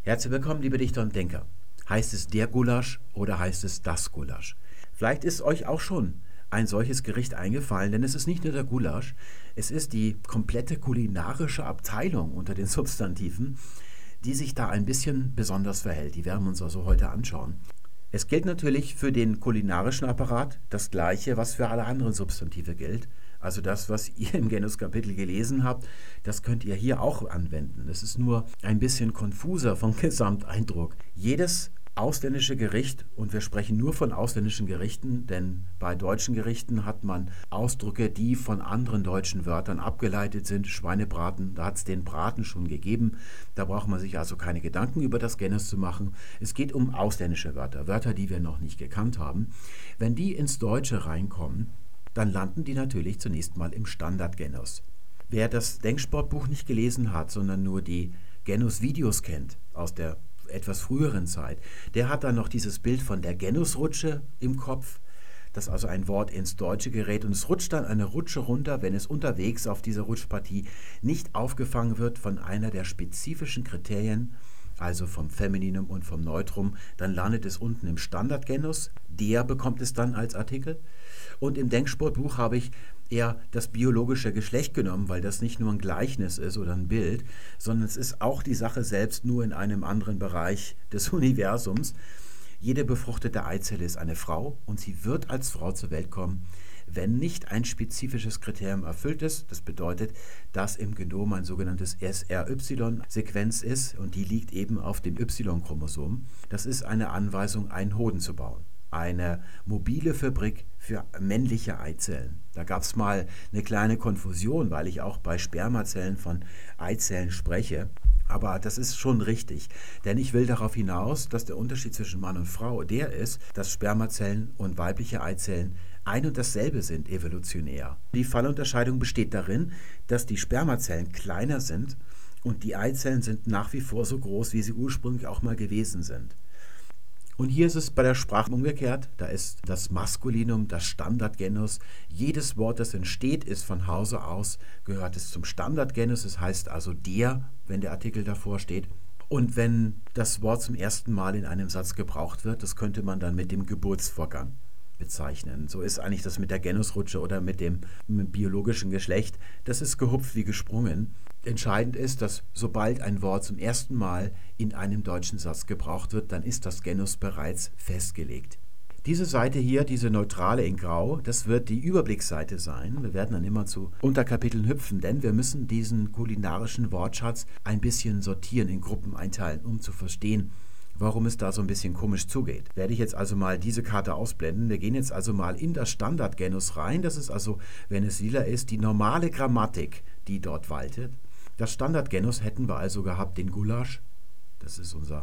Herzlich willkommen, liebe Dichter und Denker. Heißt es der Gulasch oder heißt es das Gulasch? Vielleicht ist euch auch schon ein solches Gericht eingefallen, denn es ist nicht nur der Gulasch, es ist die komplette kulinarische Abteilung unter den Substantiven, die sich da ein bisschen besonders verhält. Die werden wir uns also heute anschauen. Es gilt natürlich für den kulinarischen Apparat das Gleiche, was für alle anderen Substantive gilt. Also das, was ihr im Genuskapitel gelesen habt, das könnt ihr hier auch anwenden. Das ist nur ein bisschen konfuser vom Gesamteindruck. Jedes ausländische Gericht, und wir sprechen nur von ausländischen Gerichten, denn bei deutschen Gerichten hat man Ausdrücke, die von anderen deutschen Wörtern abgeleitet sind. Schweinebraten, da hat es den Braten schon gegeben. Da braucht man sich also keine Gedanken über das Genus zu machen. Es geht um ausländische Wörter, Wörter, die wir noch nicht gekannt haben. Wenn die ins Deutsche reinkommen, dann landen die natürlich zunächst mal im Standardgenus. Wer das Denksportbuch nicht gelesen hat, sondern nur die Genus-Videos kennt aus der etwas früheren Zeit, der hat dann noch dieses Bild von der Genusrutsche im Kopf, dass also ein Wort ins Deutsche gerät und es rutscht dann eine Rutsche runter, wenn es unterwegs auf dieser Rutschpartie nicht aufgefangen wird von einer der spezifischen Kriterien, also vom Femininum und vom Neutrum, dann landet es unten im Standardgenus, der bekommt es dann als Artikel. Und im Denksportbuch habe ich eher das biologische Geschlecht genommen, weil das nicht nur ein Gleichnis ist oder ein Bild, sondern es ist auch die Sache selbst nur in einem anderen Bereich des Universums. Jede befruchtete Eizelle ist eine Frau und sie wird als Frau zur Welt kommen, wenn nicht ein spezifisches Kriterium erfüllt ist. Das bedeutet, dass im Genom ein sogenanntes SRY-Sequenz ist und die liegt eben auf dem Y-Chromosom. Das ist eine Anweisung, einen Hoden zu bauen. Eine mobile Fabrik für männliche Eizellen. Da gab es mal eine kleine Konfusion, weil ich auch bei Spermazellen von Eizellen spreche. Aber das ist schon richtig, denn ich will darauf hinaus, dass der Unterschied zwischen Mann und Frau der ist, dass Spermazellen und weibliche Eizellen ein und dasselbe sind evolutionär. Die Fallunterscheidung besteht darin, dass die Spermazellen kleiner sind und die Eizellen sind nach wie vor so groß, wie sie ursprünglich auch mal gewesen sind. Und hier ist es bei der Sprache umgekehrt. Da ist das Maskulinum, das Standardgenus. Jedes Wort, das entsteht, ist von Hause aus, gehört es zum Standardgenus. Das heißt also der, wenn der Artikel davor steht. Und wenn das Wort zum ersten Mal in einem Satz gebraucht wird, das könnte man dann mit dem Geburtsvorgang bezeichnen. So ist eigentlich das mit der Genusrutsche oder mit dem biologischen Geschlecht. Das ist gehupft wie gesprungen. Entscheidend ist, dass sobald ein Wort zum ersten Mal in einem deutschen Satz gebraucht wird, dann ist das Genus bereits festgelegt. Diese Seite hier, diese neutrale in Grau, das wird die Überblicksseite sein. Wir werden dann immer zu Unterkapiteln hüpfen, denn wir müssen diesen kulinarischen Wortschatz ein bisschen sortieren, in Gruppen einteilen, um zu verstehen, warum es da so ein bisschen komisch zugeht. Werde ich jetzt also mal diese Karte ausblenden. Wir gehen jetzt also mal in das Standardgenus rein. Das ist also, wenn es lila ist, die normale Grammatik, die dort waltet. Das Standardgenus hätten wir also gehabt, den Gulasch. Das ist unser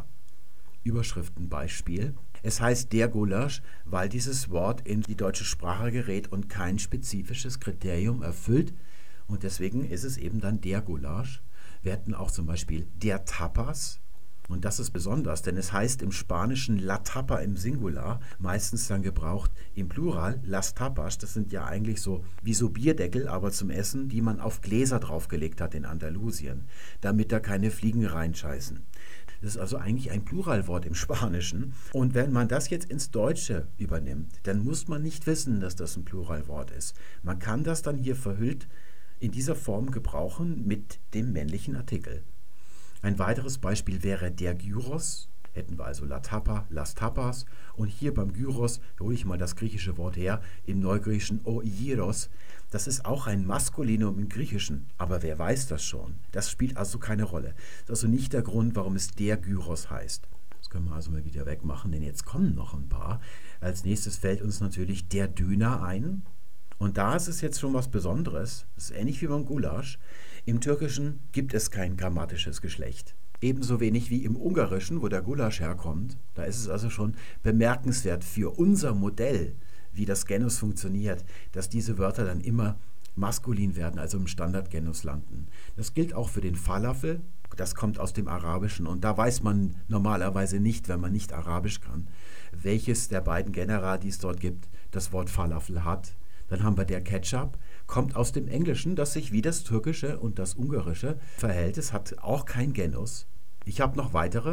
Überschriftenbeispiel. Es heißt der Gulasch, weil dieses Wort in die deutsche Sprache gerät und kein spezifisches Kriterium erfüllt. Und deswegen ist es eben dann der Gulasch. Wir hätten auch zum Beispiel der Tapas. Und das ist besonders, denn es heißt im Spanischen La Tapa im Singular, meistens dann gebraucht im Plural Las Tapas. Das sind ja eigentlich so wie so Bierdeckel, aber zum Essen, die man auf Gläser draufgelegt hat in Andalusien, damit da keine Fliegen reinscheißen. Das ist also eigentlich ein Pluralwort im Spanischen. Und wenn man das jetzt ins Deutsche übernimmt, dann muss man nicht wissen, dass das ein Pluralwort ist. Man kann das dann hier verhüllt in dieser Form gebrauchen mit dem männlichen Artikel. Ein weiteres Beispiel wäre der Gyros. Hätten wir also La Tapa, Las Tapas. Und hier beim Gyros, da hole ich mal das griechische Wort her, im Neugriechischen O Gyros. Das ist auch ein Maskulinum im Griechischen. Aber wer weiß das schon? Das spielt also keine Rolle. Das ist also nicht der Grund, warum es der Gyros heißt. Das können wir also mal wieder wegmachen, denn jetzt kommen noch ein paar. Als nächstes fällt uns natürlich der Döner ein. Und da ist es jetzt schon was Besonderes. Das ist ähnlich wie beim Gulasch. Im Türkischen gibt es kein grammatisches Geschlecht. Ebenso wenig wie im Ungarischen, wo der Gulasch herkommt. Da ist es also schon bemerkenswert für unser Modell, wie das Genus funktioniert, dass diese Wörter dann immer maskulin werden, also im Standardgenus landen. Das gilt auch für den Falafel. Das kommt aus dem Arabischen und da weiß man normalerweise nicht, wenn man nicht Arabisch kann, welches der beiden Genera, die es dort gibt, das Wort Falafel hat. Dann haben wir der Ketchup, kommt aus dem Englischen, das sich wie das Türkische und das Ungarische verhält. Es hat auch kein Genus. Ich habe noch weitere.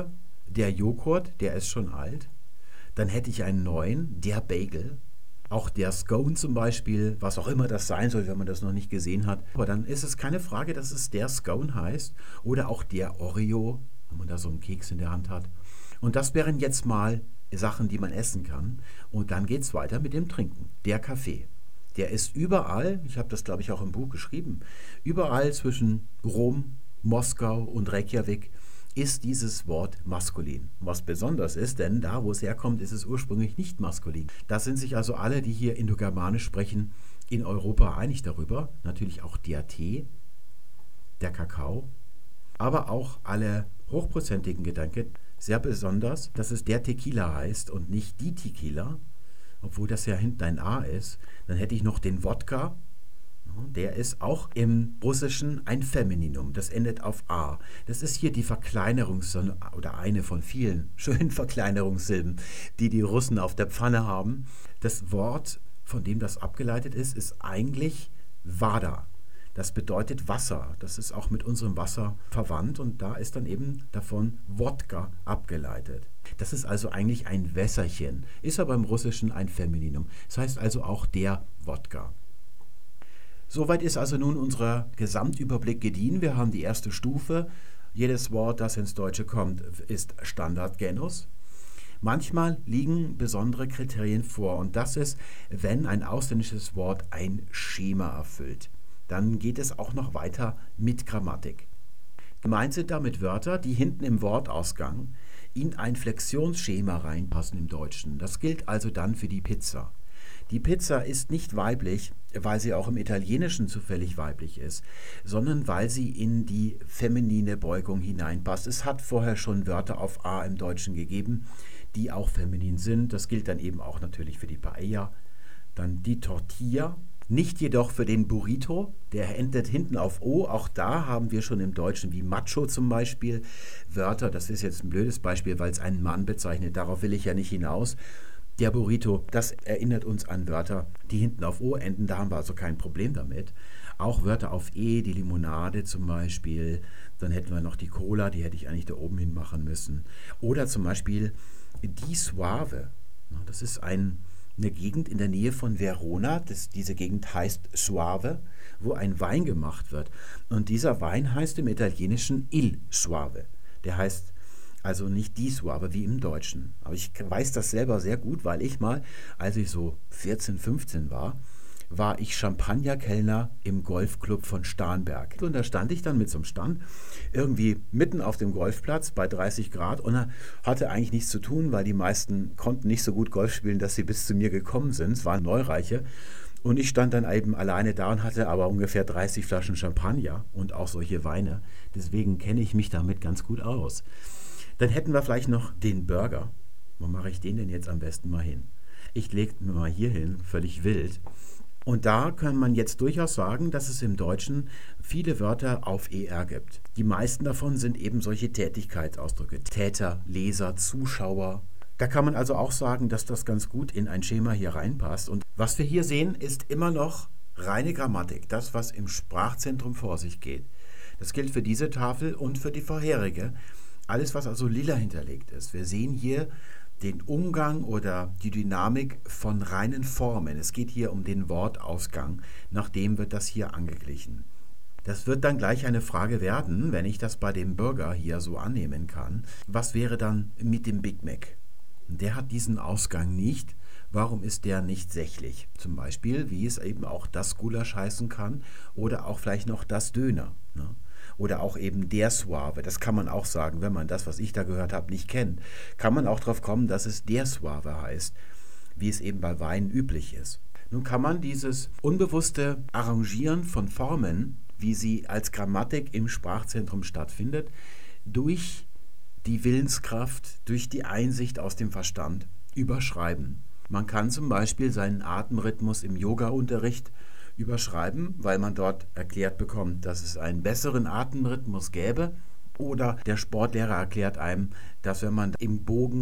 Der Joghurt, der ist schon alt. Dann hätte ich einen neuen, der Bagel. Auch der Scone zum Beispiel, was auch immer das sein soll, wenn man das noch nicht gesehen hat. Aber dann ist es keine Frage, dass es der Scone heißt. Oder auch der Oreo, wenn man da so einen Keks in der Hand hat. Und das wären jetzt mal Sachen, die man essen kann. Und dann geht es weiter mit dem Trinken. Der Kaffee. Der ist überall, ich habe das glaube ich auch im Buch geschrieben, überall zwischen Rom, Moskau und Reykjavik ist dieses Wort maskulin. Was besonders ist, denn da, wo es herkommt, ist es ursprünglich nicht maskulin. Da sind sich also alle, die hier Indogermanisch sprechen, in Europa einig darüber. Natürlich auch der Tee, der Kakao, aber auch alle hochprozentigen Getränke. Sehr besonders, dass es der Tequila heißt und nicht die Tequila, obwohl das ja hinten ein A ist. Dann hätte ich noch den Wodka. Der ist auch im Russischen ein Femininum. Das endet auf A. Das ist hier die oder eine von vielen schönen Verkleinerungssilben, die die Russen auf der Pfanne haben. Das Wort, von dem das abgeleitet ist eigentlich Vada. Das bedeutet Wasser. Das ist auch mit unserem Wasser verwandt und da ist dann eben davon Wodka abgeleitet. Das ist also eigentlich ein Wässerchen, ist aber im Russischen ein Femininum. Das heißt also auch der Wodka. Soweit ist also nun unser Gesamtüberblick gediehen. Wir haben die erste Stufe. Jedes Wort, das ins Deutsche kommt, ist Standardgenus. Manchmal liegen besondere Kriterien vor und das ist, wenn ein ausländisches Wort ein Schema erfüllt. Dann geht es auch noch weiter mit Grammatik. Gemeint sind damit Wörter, die hinten im Wortausgang in ein Flexionsschema reinpassen im Deutschen. Das gilt also dann für die Pizza. Die Pizza ist nicht weiblich, weil sie auch im Italienischen zufällig weiblich ist, sondern weil sie in die feminine Beugung hineinpasst. Es hat vorher schon Wörter auf A im Deutschen gegeben, die auch feminin sind. Das gilt dann eben auch natürlich für die Paella. Dann die Tortilla. Nicht jedoch für den Burrito, der endet hinten auf O. Auch da haben wir schon im Deutschen wie Macho zum Beispiel Wörter. Das ist jetzt ein blödes Beispiel, weil es einen Mann bezeichnet. Darauf will ich ja nicht hinaus. Der Burrito, das erinnert uns an Wörter, die hinten auf O enden. Da haben wir also kein Problem damit. Auch Wörter auf E, die Limonade zum Beispiel. Dann hätten wir noch die Cola, die hätte ich eigentlich da oben hin machen müssen. Oder zum Beispiel die Suave. Das ist eine Gegend in der Nähe von Verona, diese Gegend heißt Suave, wo ein Wein gemacht wird. Und dieser Wein heißt im Italienischen Il Suave. Der heißt also nicht die Suave wie im Deutschen. Aber ich weiß das selber sehr gut, weil ich mal, als ich so 14, 15 war ich Champagnerkellner im Golfclub von Starnberg. Und da stand ich dann mit so einem Stand irgendwie mitten auf dem Golfplatz bei 30 Grad und hatte eigentlich nichts zu tun, weil die meisten konnten nicht so gut Golf spielen, dass sie bis zu mir gekommen sind. Es waren Neureiche. Und ich stand dann eben alleine da und hatte aber ungefähr 30 Flaschen Champagner und auch solche Weine. Deswegen kenne ich mich damit ganz gut aus. Dann hätten wir vielleicht noch den Burger. Wo mache ich den denn jetzt am besten mal hin? Ich lege mir mal hier hin, völlig wild. Und da kann man jetzt durchaus sagen, dass es im Deutschen viele Wörter auf ER gibt. Die meisten davon sind eben solche Tätigkeitsausdrücke. Täter, Leser, Zuschauer. Da kann man also auch sagen, dass das ganz gut in ein Schema hier reinpasst. Und was wir hier sehen, ist immer noch reine Grammatik. Das, was im Sprachzentrum vor sich geht. Das gilt für diese Tafel und für die vorherige. Alles, was also lila hinterlegt ist. Wir sehen hier den Umgang oder die Dynamik von reinen Formen. Es geht hier um den Wortausgang. Nach dem wird das hier angeglichen. Das wird dann gleich eine Frage werden, wenn ich das bei dem Burger hier so annehmen kann. Was wäre dann mit dem Big Mac? Der hat diesen Ausgang nicht. Warum ist der nicht sächlich? Zum Beispiel, wie es eben auch das Gulasch heißen kann oder auch vielleicht noch das Döner. Ne? Oder auch eben der Suave, das kann man auch sagen, wenn man das, was ich da gehört habe, nicht kennt. Kann man auch darauf kommen, dass es der Suave heißt, wie es eben bei Wein üblich ist. Nun kann man dieses unbewusste Arrangieren von Formen, wie sie als Grammatik im Sprachzentrum stattfindet, durch die Willenskraft, durch die Einsicht aus dem Verstand überschreiben. Man kann zum Beispiel seinen Atemrhythmus im Yoga-Unterricht überschreiben, weil man dort erklärt bekommt, dass es einen besseren Atemrhythmus gäbe. Oder der Sportlehrer erklärt einem, dass wenn man im Bogen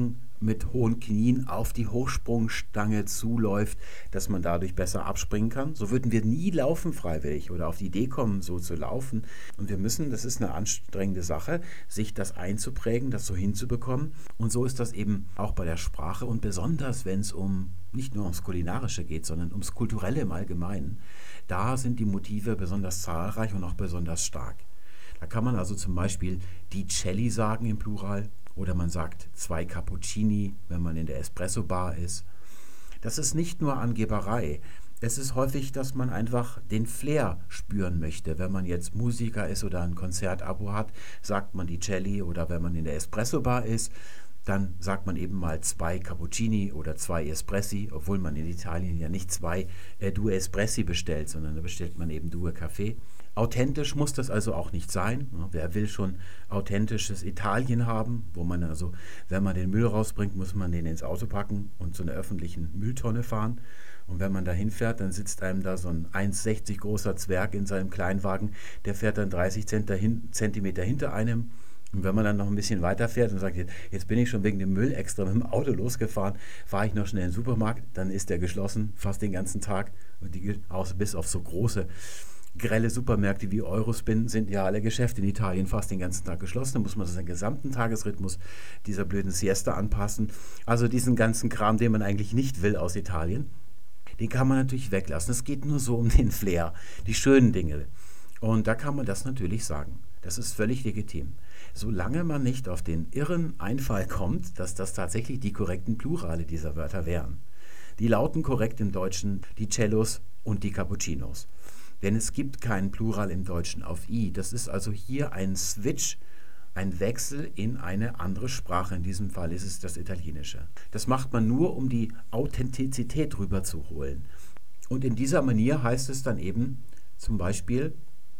mit hohen Knien auf die Hochsprungstange zuläuft, dass man dadurch besser abspringen kann. So würden wir nie laufen freiwillig oder auf die Idee kommen, so zu laufen. Und wir müssen, das ist eine anstrengende Sache, sich das einzuprägen, das so hinzubekommen. Und so ist das eben auch bei der Sprache und besonders, wenn es nicht nur ums Kulinarische geht, sondern ums Kulturelle im Allgemeinen. Da sind die Motive besonders zahlreich und auch besonders stark. Da kann man also zum Beispiel die Celli sagen im Plural oder man sagt 2 Cappuccini, wenn man in der Espresso-Bar ist. Das ist nicht nur Angeberei. Es ist häufig, dass man einfach den Flair spüren möchte. Wenn man jetzt Musiker ist oder ein Konzertabo hat, sagt man die Celli oder wenn man in der Espresso-Bar ist, dann sagt man eben mal 2 Cappuccini oder 2 Espressi, obwohl man in Italien ja nicht 2 Due Espressi bestellt, sondern da bestellt man eben Due Kaffee. Authentisch muss das also auch nicht sein. Wer will schon authentisches Italien haben, wo man also, wenn man den Müll rausbringt, muss man den ins Auto packen und zu einer öffentlichen Mülltonne fahren. Und wenn man da hinfährt, dann sitzt einem da so ein 1,60 großer Zwerg in seinem Kleinwagen, der fährt dann 30 Zentimeter hinter einem. Und wenn man dann noch ein bisschen weiter fährt und sagt, jetzt bin ich schon wegen dem Müll extra mit dem Auto losgefahren, fahre ich noch schnell in den Supermarkt, dann ist der geschlossen, fast den ganzen Tag. Und bis auf so große, grelle Supermärkte wie Eurospin sind ja alle Geschäfte in Italien fast den ganzen Tag geschlossen. Da muss man seinen gesamten Tagesrhythmus dieser blöden Siesta anpassen. Also diesen ganzen Kram, den man eigentlich nicht will aus Italien, den kann man natürlich weglassen. Es geht nur so um den Flair, die schönen Dinge. Und da kann man das natürlich sagen. Das ist völlig legitim. Solange man nicht auf den irren Einfall kommt, dass das tatsächlich die korrekten Plurale dieser Wörter wären. Die lauten korrekt im Deutschen die Cellos und die Cappuccinos. Denn es gibt keinen Plural im Deutschen auf i. Das ist also hier ein Switch, ein Wechsel in eine andere Sprache. In diesem Fall ist es das Italienische. Das macht man nur, um die Authentizität rüberzuholen. Und in dieser Manier heißt es dann eben zum Beispiel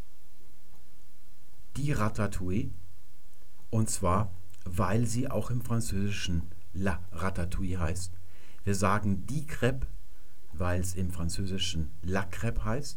die Ratatouille. Und zwar, weil sie auch im Französischen la Ratatouille heißt. Wir sagen die Crêpe, weil es im Französischen la Crêpe heißt.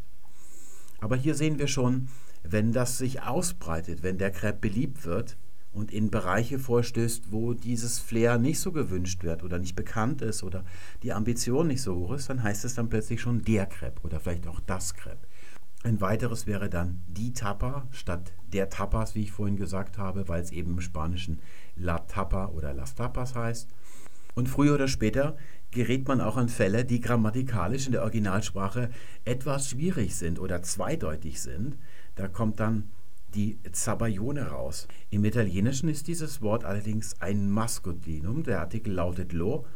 Aber hier sehen wir schon, wenn das sich ausbreitet, wenn der Crêpe beliebt wird und in Bereiche vorstößt, wo dieses Flair nicht so gewünscht wird oder nicht bekannt ist oder die Ambition nicht so hoch ist, dann heißt es dann plötzlich schon der Crêpe oder vielleicht auch das Crêpe. Ein weiteres wäre dann die Tapa statt der Tapas, wie ich vorhin gesagt habe, weil es eben im Spanischen La Tapa oder Las Tapas heißt. Und früher oder später gerät man auch an Fälle, die grammatikalisch in der Originalsprache etwas schwierig sind oder zweideutig sind. Da kommt dann die Zabaione raus. Im Italienischen ist dieses Wort allerdings ein Maskulinum. Der Artikel lautet lo.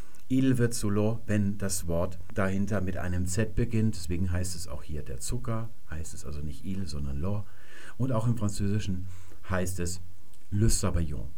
Il wird zu lo, wenn das Wort dahinter mit einem Z beginnt. Deswegen heißt es auch hier der Zucker, heißt es also nicht il, sondern lo. Und auch im Französischen heißt es le sabayon.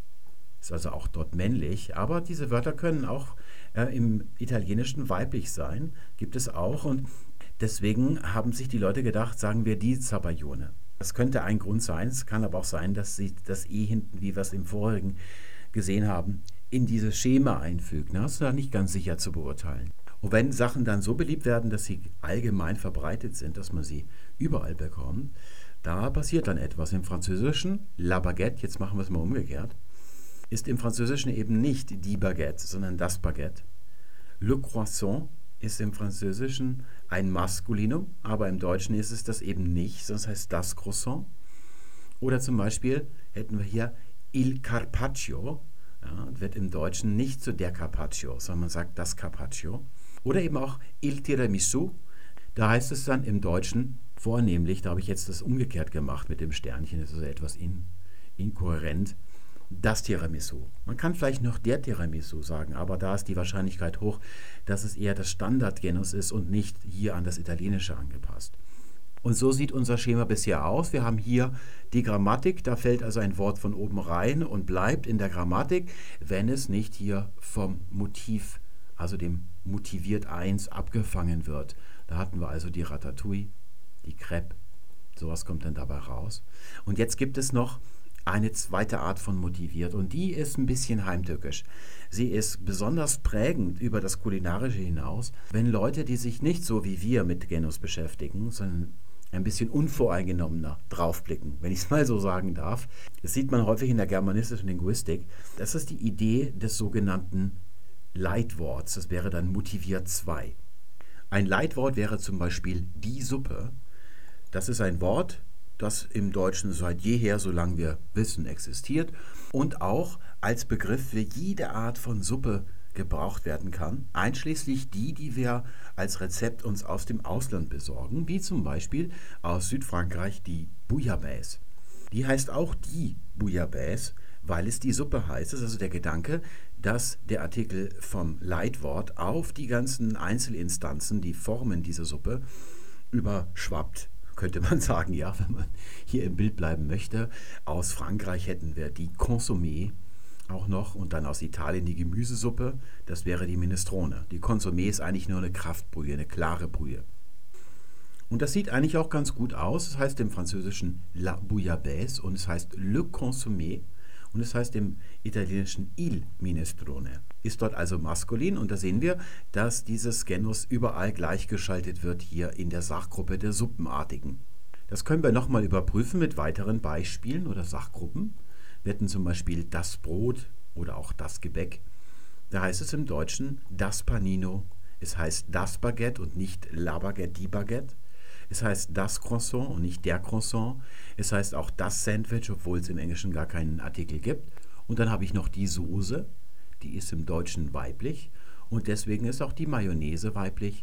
Ist also auch dort männlich, aber diese Wörter können auch im Italienischen weiblich sein, gibt es auch. Und deswegen haben sich die Leute gedacht, sagen wir die Zabaione. Das könnte ein Grund sein, es kann aber auch sein, dass sie das E hinten, wie wir es im vorigen gesehen haben, in dieses Schema einfügen. Das ist da nicht ganz sicher zu beurteilen. Und wenn Sachen dann so beliebt werden, dass sie allgemein verbreitet sind, dass man sie überall bekommt, da passiert dann etwas. Im Französischen, la baguette, jetzt machen wir es mal umgekehrt, ist im Französischen eben nicht die Baguette, sondern das Baguette. Le croissant ist im Französischen ein Maskulinum, aber im Deutschen ist es das eben nicht, sonst heißt das Croissant. Oder zum Beispiel hätten wir hier il Carpaccio, ja, wird im Deutschen nicht zu der Carpaccio, sondern man sagt das Carpaccio. Oder eben auch il Tiramisu, da heißt es dann im Deutschen vornehmlich, da habe ich jetzt das umgekehrt gemacht mit dem Sternchen, das ist also etwas inkohärent, das Tiramisu. Man kann vielleicht noch der Tiramisu sagen, aber da ist die Wahrscheinlichkeit hoch, dass es eher das Standardgenus ist und nicht hier an das Italienische angepasst. Und so sieht unser Schema bisher aus. Wir haben hier die Grammatik, da fällt also ein Wort von oben rein und bleibt in der Grammatik, wenn es nicht hier vom Motiv, also dem motiviert 1, abgefangen wird. Da hatten wir also die Ratatouille, die Crêpe, sowas kommt dann dabei raus. Und jetzt gibt es noch eine zweite Art von motiviert und die ist ein bisschen heimtückisch. Sie ist besonders prägend über das Kulinarische hinaus, wenn Leute, die sich nicht so wie wir mit Genus beschäftigen, sondern ein bisschen unvoreingenommener draufblicken, wenn ich es mal so sagen darf. Das sieht man häufig in der germanistischen Linguistik. Das ist die Idee des sogenannten Leitworts. Das wäre dann motiviert 2. Ein Leitwort wäre zum Beispiel die Suppe. Das ist ein Wort, das im Deutschen seit jeher, solange wir wissen, existiert und auch als Begriff für jede Art von Suppe gebraucht werden kann, einschließlich die, die wir als Rezept uns aus dem Ausland besorgen, wie zum Beispiel aus Südfrankreich die Bouillabaisse. Die heißt auch die Bouillabaisse, weil es die Suppe heißt. Das ist also der Gedanke, dass der Artikel vom Leitwort auf die ganzen Einzelinstanzen, die formen diese Suppe, überschwappt, könnte man sagen, ja, wenn man hier im Bild bleiben möchte. Aus Frankreich hätten wir die Consommé auch noch und dann aus Italien die Gemüsesuppe, das wäre die Minestrone. Die Consommé ist eigentlich nur eine Kraftbrühe, eine klare Brühe. Und das sieht eigentlich auch ganz gut aus. Es heißt im Französischen La Bouillabaisse und es heißt Le Consommé und es heißt im Italienischen Il Minestrone. Ist dort also maskulin und da sehen wir, dass dieses Genus überall gleichgeschaltet wird hier in der Sachgruppe der Suppenartigen. Das können wir nochmal überprüfen mit weiteren Beispielen oder Sachgruppen. Wir hätten zum Beispiel das Brot oder auch das Gebäck. Da heißt es im Deutschen das Panino. Es heißt das Baguette und nicht la Baguette, die Baguette. Es heißt das Croissant und nicht der Croissant. Es heißt auch das Sandwich, obwohl es im Englischen gar keinen Artikel gibt. Und dann habe ich noch die Soße, die ist im Deutschen weiblich. Und deswegen ist auch die Mayonnaise weiblich.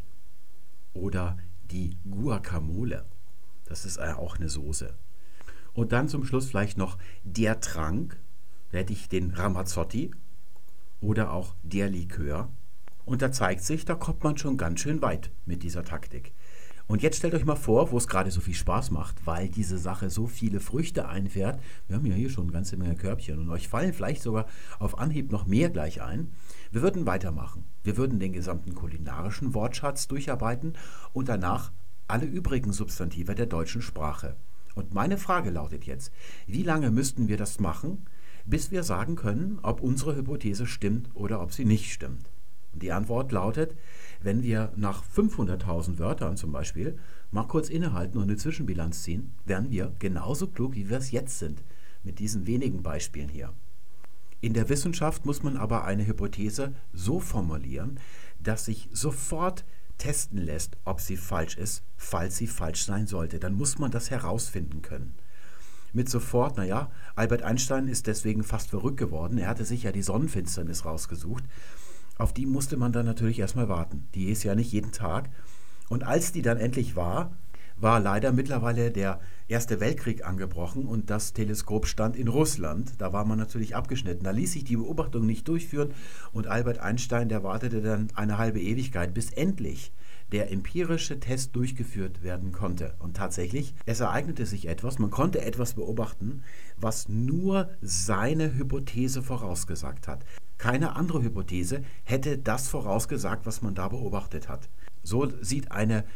Oder die Guacamole, das ist auch eine Soße. Und dann zum Schluss vielleicht noch der Trank, da hätte ich den Ramazzotti oder auch der Likör. Und da zeigt sich, da kommt man schon ganz schön weit mit dieser Taktik. Und jetzt stellt euch mal vor, wo es gerade so viel Spaß macht, weil diese Sache so viele Früchte einfährt. Wir haben ja hier schon eine ganze Menge Körbchen und euch fallen vielleicht sogar auf Anhieb noch mehr gleich ein. Wir würden weitermachen. Wir würden den gesamten kulinarischen Wortschatz durcharbeiten und danach alle übrigen Substantive der deutschen Sprache. Und meine Frage lautet jetzt, wie lange müssten wir das machen, bis wir sagen können, ob unsere Hypothese stimmt oder ob sie nicht stimmt? Und die Antwort lautet, wenn wir nach 500.000 Wörtern zum Beispiel mal kurz innehalten und eine Zwischenbilanz ziehen, wären wir genauso klug, wie wir es jetzt sind, mit diesen wenigen Beispielen hier. In der Wissenschaft muss man aber eine Hypothese so formulieren, dass sich sofort testen lässt, ob sie falsch ist, falls sie falsch sein sollte. Dann muss man das herausfinden können. Mit sofort, Albert Einstein ist deswegen fast verrückt geworden. Er hatte sich ja die Sonnenfinsternis rausgesucht. Auf die musste man dann natürlich erstmal warten. Die ist ja nicht jeden Tag. Und als die dann endlich war leider mittlerweile der Erste Weltkrieg angebrochen und das Teleskop stand in Russland. Da war man natürlich abgeschnitten. Da ließ sich die Beobachtung nicht durchführen und Albert Einstein, der wartete dann eine halbe Ewigkeit, bis endlich der empirische Test durchgeführt werden konnte. Und tatsächlich, es ereignete sich etwas, man konnte etwas beobachten, was nur seine Hypothese vorausgesagt hat. Keine andere Hypothese hätte das vorausgesagt, was man da beobachtet hat. So sieht eine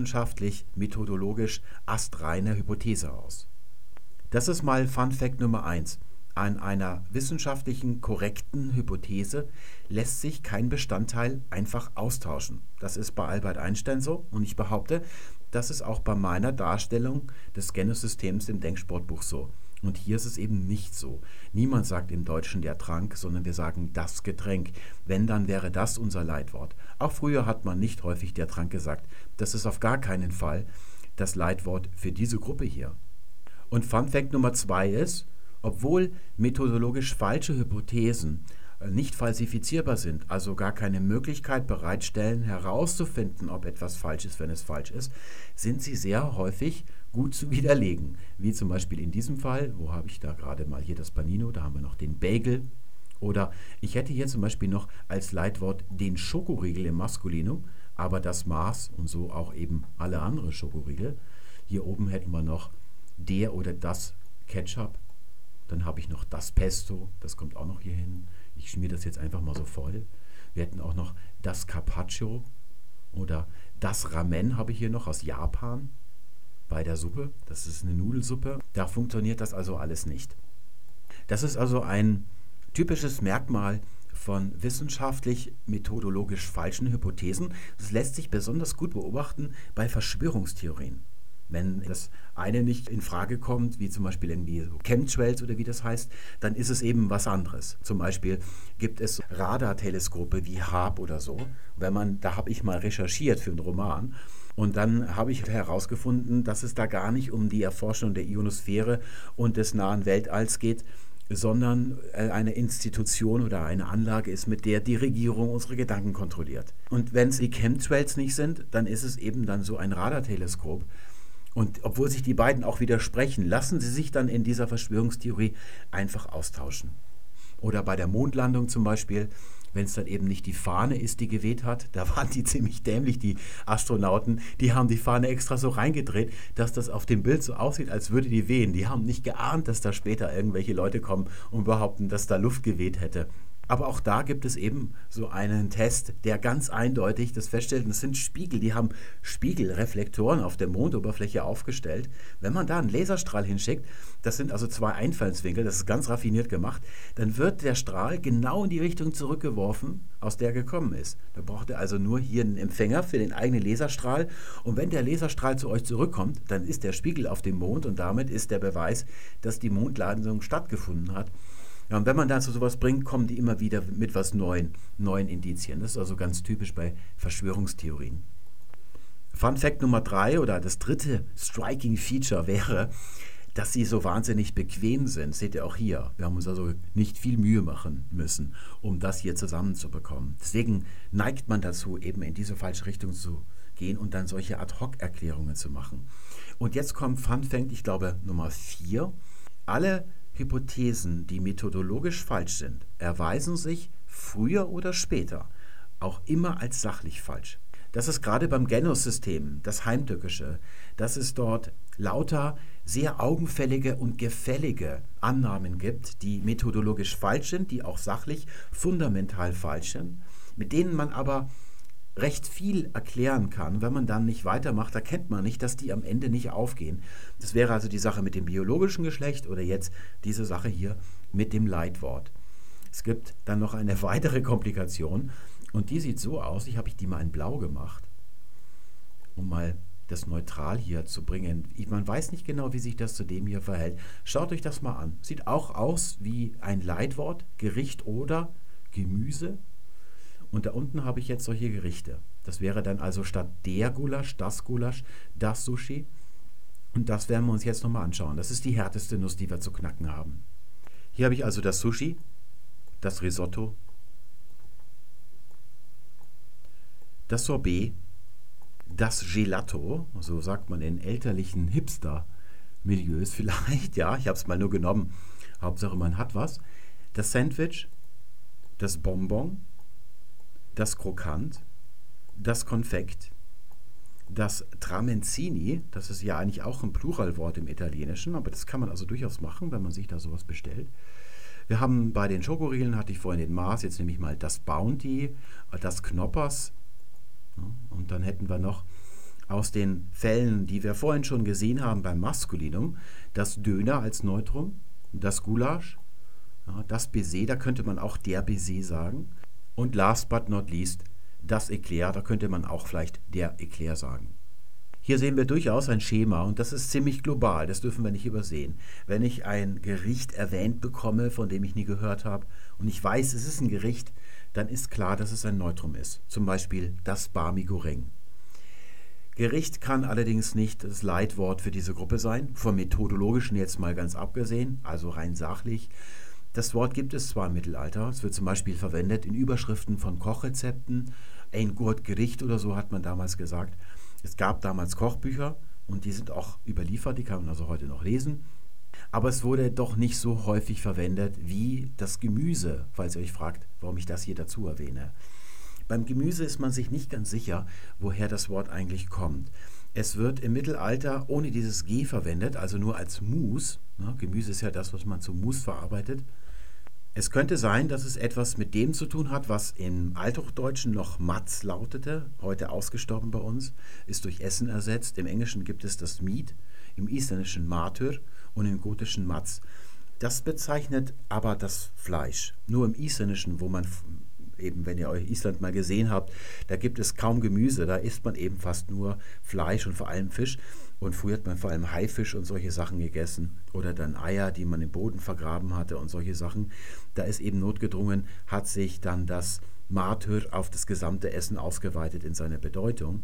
wissenschaftlich-methodologisch astreine Hypothese aus. Das ist mal Fun Fact Nummer 1. An einer wissenschaftlichen, korrekten Hypothese lässt sich kein Bestandteil einfach austauschen. Das ist bei Albert Einstein so und ich behaupte, das ist auch bei meiner Darstellung des Genussystems im Denksportbuch so. Und hier ist es eben nicht so. Niemand sagt im Deutschen der Trank, sondern wir sagen das Getränk. Wenn, dann wäre das unser Leitwort. Auch früher hat man nicht häufig der Trank gesagt. Das ist auf gar keinen Fall das Leitwort für diese Gruppe hier. Und Fun Fact Nummer 2 ist, obwohl methodologisch falsche Hypothesen nicht falsifizierbar sind, also gar keine Möglichkeit bereitstellen, herauszufinden, ob etwas falsch ist, wenn es falsch ist, sind sie sehr häufig gut zu widerlegen. Wie zum Beispiel in diesem Fall, wo habe ich da gerade mal hier das Panino, da haben wir noch den Bagel. Oder ich hätte hier zum Beispiel noch als Leitwort den Schokoriegel im Maskulinum, aber das Maß und so auch eben alle anderen Schokoriegel. Hier oben hätten wir noch der oder das Ketchup. Dann habe ich noch das Pesto, das kommt auch noch hier hin. Ich schmiere das jetzt einfach mal so voll. Wir hätten auch noch das Carpaccio oder das Ramen habe ich hier noch aus Japan bei der Suppe. Das ist eine Nudelsuppe. Da funktioniert das also alles nicht. Das ist also ein typisches Merkmal von wissenschaftlich-methodologisch falschen Hypothesen. Das lässt sich besonders gut beobachten bei Verschwörungstheorien. Wenn das eine nicht in Frage kommt, wie zum Beispiel irgendwie so Chemtrails oder wie das heißt, dann ist es eben was anderes. Zum Beispiel gibt es Radarteleskope wie HARP oder so. Da habe ich mal recherchiert für einen Roman. Und dann habe ich herausgefunden, dass es da gar nicht um die Erforschung der Ionosphäre und des nahen Weltalls geht, sondern eine Institution oder eine Anlage ist, mit der die Regierung unsere Gedanken kontrolliert. Und wenn es die Chemtrails nicht sind, dann ist es eben dann so ein Radarteleskop. Und obwohl sich die beiden auch widersprechen, lassen sie sich dann in dieser Verschwörungstheorie einfach austauschen. Oder bei der Mondlandung zum Beispiel, wenn es dann eben nicht die Fahne ist, die geweht hat, da waren die ziemlich dämlich, die Astronauten, die haben die Fahne extra so reingedreht, dass das auf dem Bild so aussieht, als würde die wehen. Die haben nicht geahnt, dass da später irgendwelche Leute kommen und behaupten, dass da Luft geweht hätte. Aber auch da gibt es eben so einen Test, der ganz eindeutig das feststellt. Und das sind Spiegel, die haben Spiegelreflektoren auf der Mondoberfläche aufgestellt. Wenn man da einen Laserstrahl hinschickt, das sind also 2 Einfallswinkel, das ist ganz raffiniert gemacht, dann wird der Strahl genau in die Richtung zurückgeworfen, aus der er gekommen ist. Da braucht ihr also nur hier einen Empfänger für den eigenen Laserstrahl. Und wenn der Laserstrahl zu euch zurückkommt, dann ist der Spiegel auf dem Mond und damit ist der Beweis, dass die Mondlandung stattgefunden hat. Ja, und wenn man dazu sowas bringt, kommen die immer wieder mit was neuen Indizien. Das ist also ganz typisch bei Verschwörungstheorien. Fun Fact Nummer 3 oder das dritte Striking Feature wäre, dass sie so wahnsinnig bequem sind. Seht ihr auch hier. Wir haben uns also nicht viel Mühe machen müssen, um das hier zusammenzubekommen. Deswegen neigt man dazu, eben in diese falsche Richtung zu gehen und dann solche Ad-Hoc-Erklärungen zu machen. Und jetzt kommt Fun Fact, ich glaube, Nummer 4. Alle Hypothesen, die methodologisch falsch sind, erweisen sich früher oder später auch immer als sachlich falsch. Das ist gerade beim Genus-System, das Heimtückische, dass es dort lauter sehr augenfällige und gefällige Annahmen gibt, die methodologisch falsch sind, die auch sachlich fundamental falsch sind, mit denen man aber recht viel erklären kann. Wenn man dann nicht weitermacht, erkennt man nicht, dass die am Ende nicht aufgehen. Das wäre also die Sache mit dem biologischen Geschlecht oder jetzt diese Sache hier mit dem Leitwort. Es gibt dann noch eine weitere Komplikation und die sieht so aus, ich habe die mal in Blau gemacht, um mal das neutral hier zu bringen. Man weiß nicht genau, wie sich das zu dem hier verhält. Schaut euch das mal an. Sieht auch aus wie ein Leitwort, Gericht oder Gemüse. Und da unten habe ich jetzt solche Gerichte. Das wäre dann also statt der Gulasch, das Sushi. Und das werden wir uns jetzt nochmal anschauen. Das ist die härteste Nuss, die wir zu knacken haben. Hier habe ich also das Sushi, das Risotto, das Sorbet, das Gelato, so sagt man in elterlichen Hipster-Milieus vielleicht, ja, ich habe es mal nur genommen, Hauptsache man hat was, das Sandwich, das Bonbon, das Krokant, das Konfekt, das Tramezzini, das ist ja eigentlich auch ein Pluralwort im Italienischen, aber das kann man also durchaus machen, wenn man sich da sowas bestellt. Wir haben bei den Schokoriegeln, hatte ich vorhin den Mars, jetzt nehme ich mal das Bounty, das Knoppers, und dann hätten wir noch aus den Fällen, die wir vorhin schon gesehen haben beim Maskulinum, das Döner als Neutrum, das Gulasch, das Baiser, da könnte man auch der Baiser sagen. Und last but not least, das Eclair, da könnte man auch vielleicht der Eclair sagen. Hier sehen wir durchaus ein Schema und das ist ziemlich global, das dürfen wir nicht übersehen. Wenn ich ein Gericht erwähnt bekomme, von dem ich nie gehört habe und ich weiß, es ist ein Gericht, dann ist klar, dass es ein Neutrum ist. Zum Beispiel das Barmi Goreng. Gericht kann allerdings nicht das Leitwort für diese Gruppe sein, vom Methodologischen jetzt mal ganz abgesehen, also rein sachlich. Das Wort gibt es zwar im Mittelalter, es wird zum Beispiel verwendet in Überschriften von Kochrezepten, ein gut Gericht oder so hat man damals gesagt. Es gab damals Kochbücher und die sind auch überliefert, die kann man also heute noch lesen. Aber es wurde doch nicht so häufig verwendet wie das Gemüse, falls ihr euch fragt, warum ich das hier dazu erwähne. Beim Gemüse ist man sich nicht ganz sicher, woher das Wort eigentlich kommt. Es wird im Mittelalter ohne dieses G verwendet, also nur als Mus. Gemüse ist ja das, was man zu Mus verarbeitet. Es könnte sein, dass es etwas mit dem zu tun hat, was im Althochdeutschen noch Matz lautete, heute ausgestorben bei uns, ist durch Essen ersetzt. Im Englischen gibt es das Meat, im Isländischen Matur und im Gotischen Matz. Das bezeichnet aber das Fleisch. Nur im Isländischen, wo man eben, wenn ihr euch Island mal gesehen habt, da gibt es kaum Gemüse, da isst man eben fast nur Fleisch und vor allem Fisch. Und früher hat man vor allem Haifisch und solche Sachen gegessen oder dann Eier, die man im Boden vergraben hatte und solche Sachen. Da ist eben notgedrungen, hat sich dann das Martyr auf das gesamte Essen ausgeweitet in seiner Bedeutung.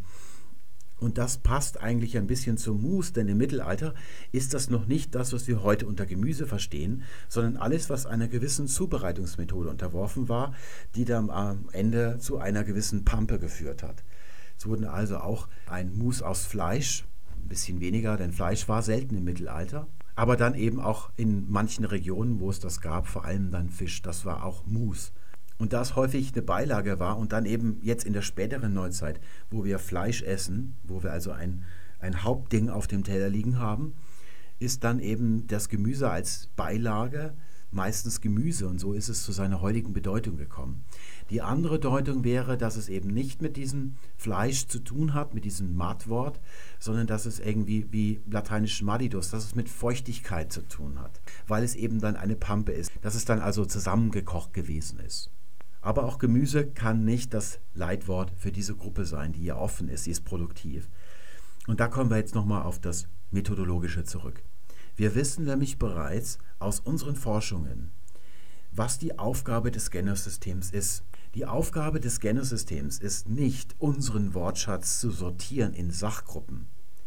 Und das passt eigentlich ein bisschen zum Mousse, denn im Mittelalter ist das noch nicht das, was wir heute unter Gemüse verstehen, sondern alles, was einer gewissen Zubereitungsmethode unterworfen war, die dann am Ende zu einer gewissen Pampe geführt hat. Es wurden also auch ein Mousse aus Fleisch, ein bisschen weniger, denn Fleisch war selten im Mittelalter, aber dann eben auch in manchen Regionen, wo es das gab, vor allem dann Fisch, das war auch Mousse. Und da es häufig eine Beilage war und dann eben jetzt in der späteren Neuzeit, wo wir Fleisch essen, wo wir also ein Hauptding auf dem Teller liegen haben, ist dann eben das Gemüse als Beilage meistens Gemüse und so ist es zu seiner heutigen Bedeutung gekommen. Die andere Deutung wäre, dass es eben nicht mit diesem Fleisch zu tun hat, mit diesem Matwort, sondern dass es irgendwie wie lateinisch Madidus, dass es mit Feuchtigkeit zu tun hat, weil es eben dann eine Pampe ist, dass es dann also zusammengekocht gewesen ist. Aber auch Gemüse kann nicht das Leitwort für diese Gruppe sein, die ja offen ist, sie ist produktiv. Und da kommen wir jetzt nochmal auf das Methodologische zurück. Wir wissen nämlich bereits aus unseren Forschungen, was die Aufgabe des Genus-Systems ist. Die Aufgabe des Genus-Systems ist nicht, unseren Wortschatz zu sortieren in Sachgruppen.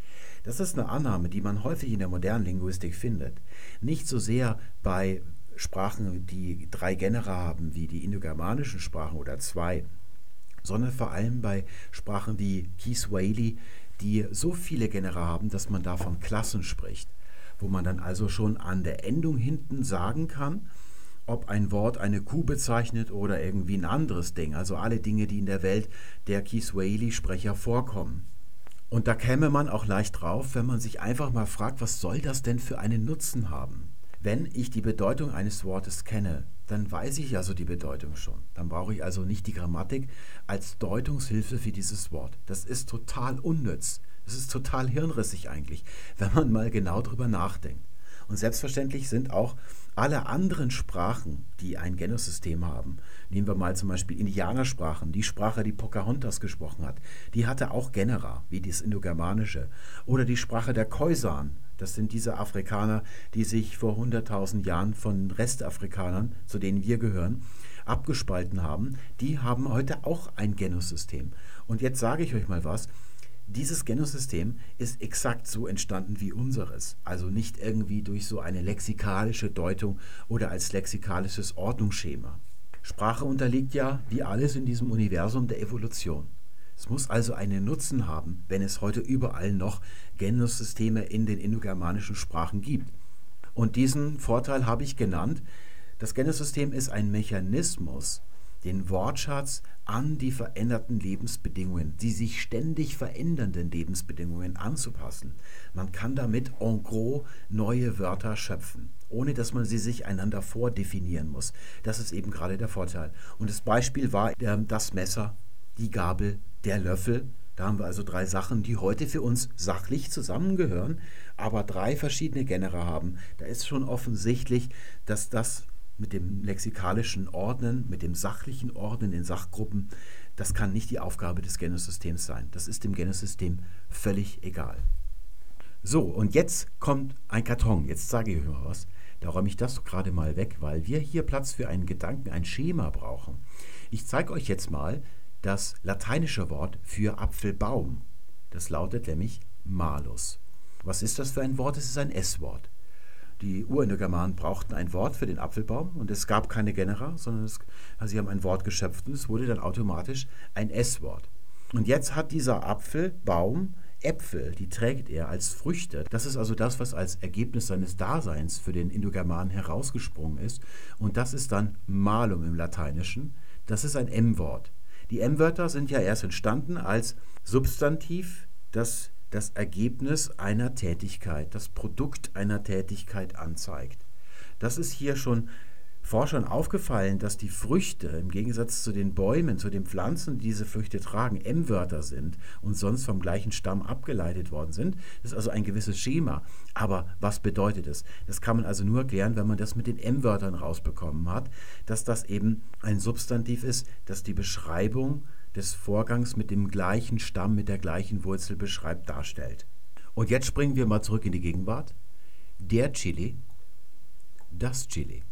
Das ist eine Annahme, die man häufig in der modernen Linguistik findet. Nicht so sehr bei Sprachen, die 3 Genera haben, wie die indogermanischen Sprachen oder 2, sondern vor allem bei Sprachen wie Kiswahili, die so viele Genera haben, dass man da von Klassen spricht, wo man dann also schon an der Endung hinten sagen kann, ob ein Wort eine Kuh bezeichnet oder irgendwie ein anderes Ding, also alle Dinge, die in der Welt der Kiswahili-Sprecher vorkommen. Und da käme man auch leicht drauf, wenn man sich einfach mal fragt, was soll das denn für einen Nutzen haben? Wenn ich die Bedeutung eines Wortes kenne, dann weiß ich also die Bedeutung schon. Dann brauche ich also nicht die Grammatik als Deutungshilfe für dieses Wort. Das ist total unnütz. Das ist total hirnrissig eigentlich, wenn man mal genau drüber nachdenkt. Und selbstverständlich sind auch alle anderen Sprachen, die ein Genussystem haben, nehmen wir mal zum Beispiel Indianersprachen, die Sprache, die Pocahontas gesprochen hat, die hatte auch Genera, wie das Indogermanische. Oder die Sprache der Khoisan, das sind diese Afrikaner, die sich vor 100.000 Jahren von Restafrikanern, zu denen wir gehören, abgespalten haben. Die haben heute auch ein Genussystem. Und jetzt sage ich euch mal was. Dieses Genussystem ist exakt so entstanden wie unseres, also nicht irgendwie durch so eine lexikalische Deutung oder als lexikalisches Ordnungsschema. Sprache unterliegt ja, wie alles in diesem Universum, der Evolution. Es muss also einen Nutzen haben, wenn es heute überall noch Genussysteme in den indogermanischen Sprachen gibt. Und diesen Vorteil habe ich genannt. Das Genussystem ist ein Mechanismus, den Wortschatz an die veränderten Lebensbedingungen, die sich ständig verändernden Lebensbedingungen anzupassen. Man kann damit en gros neue Wörter schöpfen, ohne dass man sie sich einander vordefinieren muss. Das ist eben gerade der Vorteil. Und das Beispiel war das Messer, die Gabel, der Löffel. Da haben wir also 3 Sachen, die heute für uns sachlich zusammengehören, aber 3 verschiedene Genera haben. Da ist schon offensichtlich, dass das mit dem lexikalischen Ordnen, mit dem sachlichen Ordnen in Sachgruppen, das kann nicht die Aufgabe des Genussystems sein. Das ist dem Genussystem völlig egal. So, und jetzt kommt ein Karton. Jetzt sage ich euch mal was. Da räume ich das gerade mal weg, weil wir hier Platz für einen Gedanken, ein Schema brauchen. Ich zeige euch jetzt mal das lateinische Wort für Apfelbaum. Das lautet nämlich Malus. Was ist das für ein Wort? Es ist ein S-Wort. Die Urindogermanen brauchten ein Wort für den Apfelbaum und es gab keine Genera, sondern sie haben ein Wort geschöpft und es wurde dann automatisch ein S-Wort. Und jetzt hat dieser Apfelbaum Äpfel, die trägt er als Früchte. Das ist also das, was als Ergebnis seines Daseins für den Indogermanen herausgesprungen ist. Und das ist dann Malum im Lateinischen. Das ist ein M-Wort. Die M-Wörter sind ja erst entstanden als Substantiv, das Ergebnis einer Tätigkeit, das Produkt einer Tätigkeit anzeigt. Das ist hier schon Forschern aufgefallen, dass die Früchte im Gegensatz zu den Bäumen, zu den Pflanzen, die diese Früchte tragen, M-Wörter sind und sonst vom gleichen Stamm abgeleitet worden sind. Das ist also ein gewisses Schema. Aber was bedeutet es? Das kann man also nur erklären, wenn man das mit den M-Wörtern rausbekommen hat, dass das eben ein Substantiv ist, das die Beschreibung des Vorgangs mit dem gleichen Stamm, mit der gleichen Wurzel beschreibt, darstellt. Und jetzt springen wir mal zurück in die Gegenwart. Der Chili, das Chili.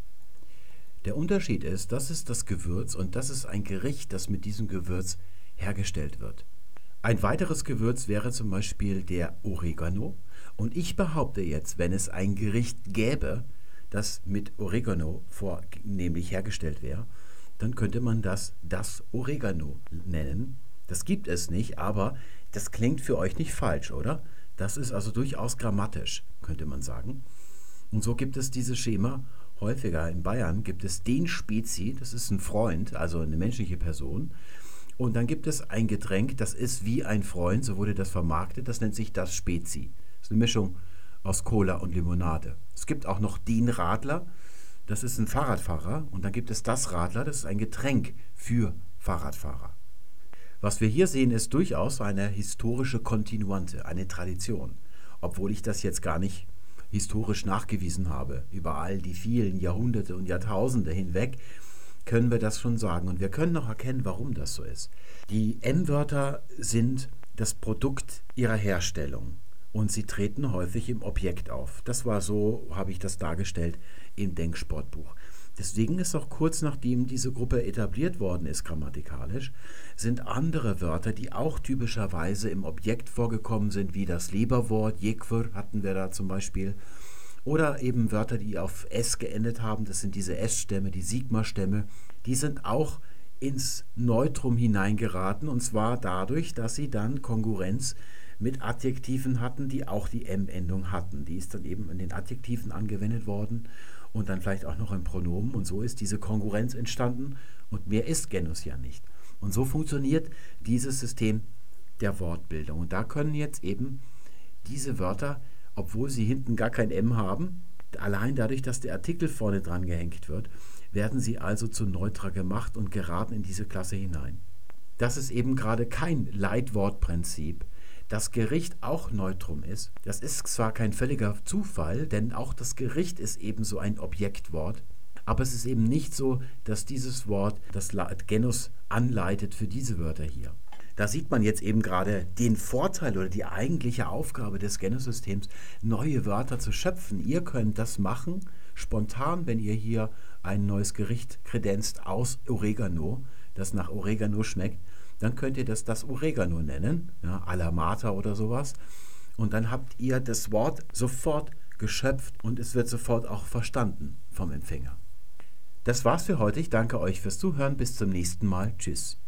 Der Unterschied ist, das ist das Gewürz und das ist ein Gericht, das mit diesem Gewürz hergestellt wird. Ein weiteres Gewürz wäre zum Beispiel der Oregano. Und ich behaupte jetzt, wenn es ein Gericht gäbe, das mit Oregano vornehmlich hergestellt wäre, dann könnte man das Oregano nennen. Das gibt es nicht, aber das klingt für euch nicht falsch, oder? Das ist also durchaus grammatisch, könnte man sagen. Und so gibt es dieses Schema häufiger. In Bayern gibt es den Spezi, das ist ein Freund, also eine menschliche Person. Und dann gibt es ein Getränk, das ist wie ein Freund, so wurde das vermarktet, das nennt sich das Spezi. Das ist eine Mischung aus Cola und Limonade. Es gibt auch noch den Radler, das ist ein Fahrradfahrer. Und dann gibt es das Radler, das ist ein Getränk für Fahrradfahrer. Was wir hier sehen, ist durchaus eine historische Kontinuante, eine Tradition. Obwohl ich das jetzt gar nicht historisch nachgewiesen habe. Über all die vielen Jahrhunderte und Jahrtausende hinweg können wir das schon sagen. Und wir können auch erkennen, warum das so ist. Die M-Wörter sind das Produkt ihrer Herstellung und sie treten häufig im Objekt auf. Das war so, habe ich das dargestellt im Denksportbuch. Deswegen ist auch kurz nachdem diese Gruppe etabliert worden ist, grammatikalisch, sind andere Wörter, die auch typischerweise im Objekt vorgekommen sind, wie das Leberwort, Jekvur hatten wir da zum Beispiel, oder eben Wörter, die auf S geendet haben, das sind diese S-Stämme, die Sigma-Stämme, die sind auch ins Neutrum hineingeraten, und zwar dadurch, dass sie dann Konkurrenz mit Adjektiven hatten, die auch die M-Endung hatten. Die ist dann eben in den Adjektiven angewendet worden und dann vielleicht auch noch im Pronomen, und so ist diese Konkurrenz entstanden und mehr ist Genus ja nicht. Und so funktioniert dieses System der Wortbildung. Und da können jetzt eben diese Wörter, obwohl sie hinten gar kein M haben, allein dadurch, dass der Artikel vorne dran gehängt wird, werden sie also zu Neutra gemacht und geraten in diese Klasse hinein. Das ist eben gerade kein Leitwortprinzip. Das Gericht auch Neutrum ist, das ist zwar kein völliger Zufall, denn auch das Gericht ist ebenso ein Objektwort, aber es ist eben nicht so, dass dieses Wort das Genus anleitet für diese Wörter hier. Da sieht man jetzt eben gerade den Vorteil oder die eigentliche Aufgabe des Genussystems, neue Wörter zu schöpfen. Ihr könnt das machen, spontan, wenn ihr hier ein neues Gericht kredenzt aus Oregano, das nach Oregano schmeckt, dann könnt ihr das Oregano nennen, ja, alla Mata oder sowas. Und dann habt ihr das Wort sofort geschöpft und es wird sofort auch verstanden vom Empfänger. Das war's für heute. Ich danke euch fürs Zuhören. Bis zum nächsten Mal. Tschüss.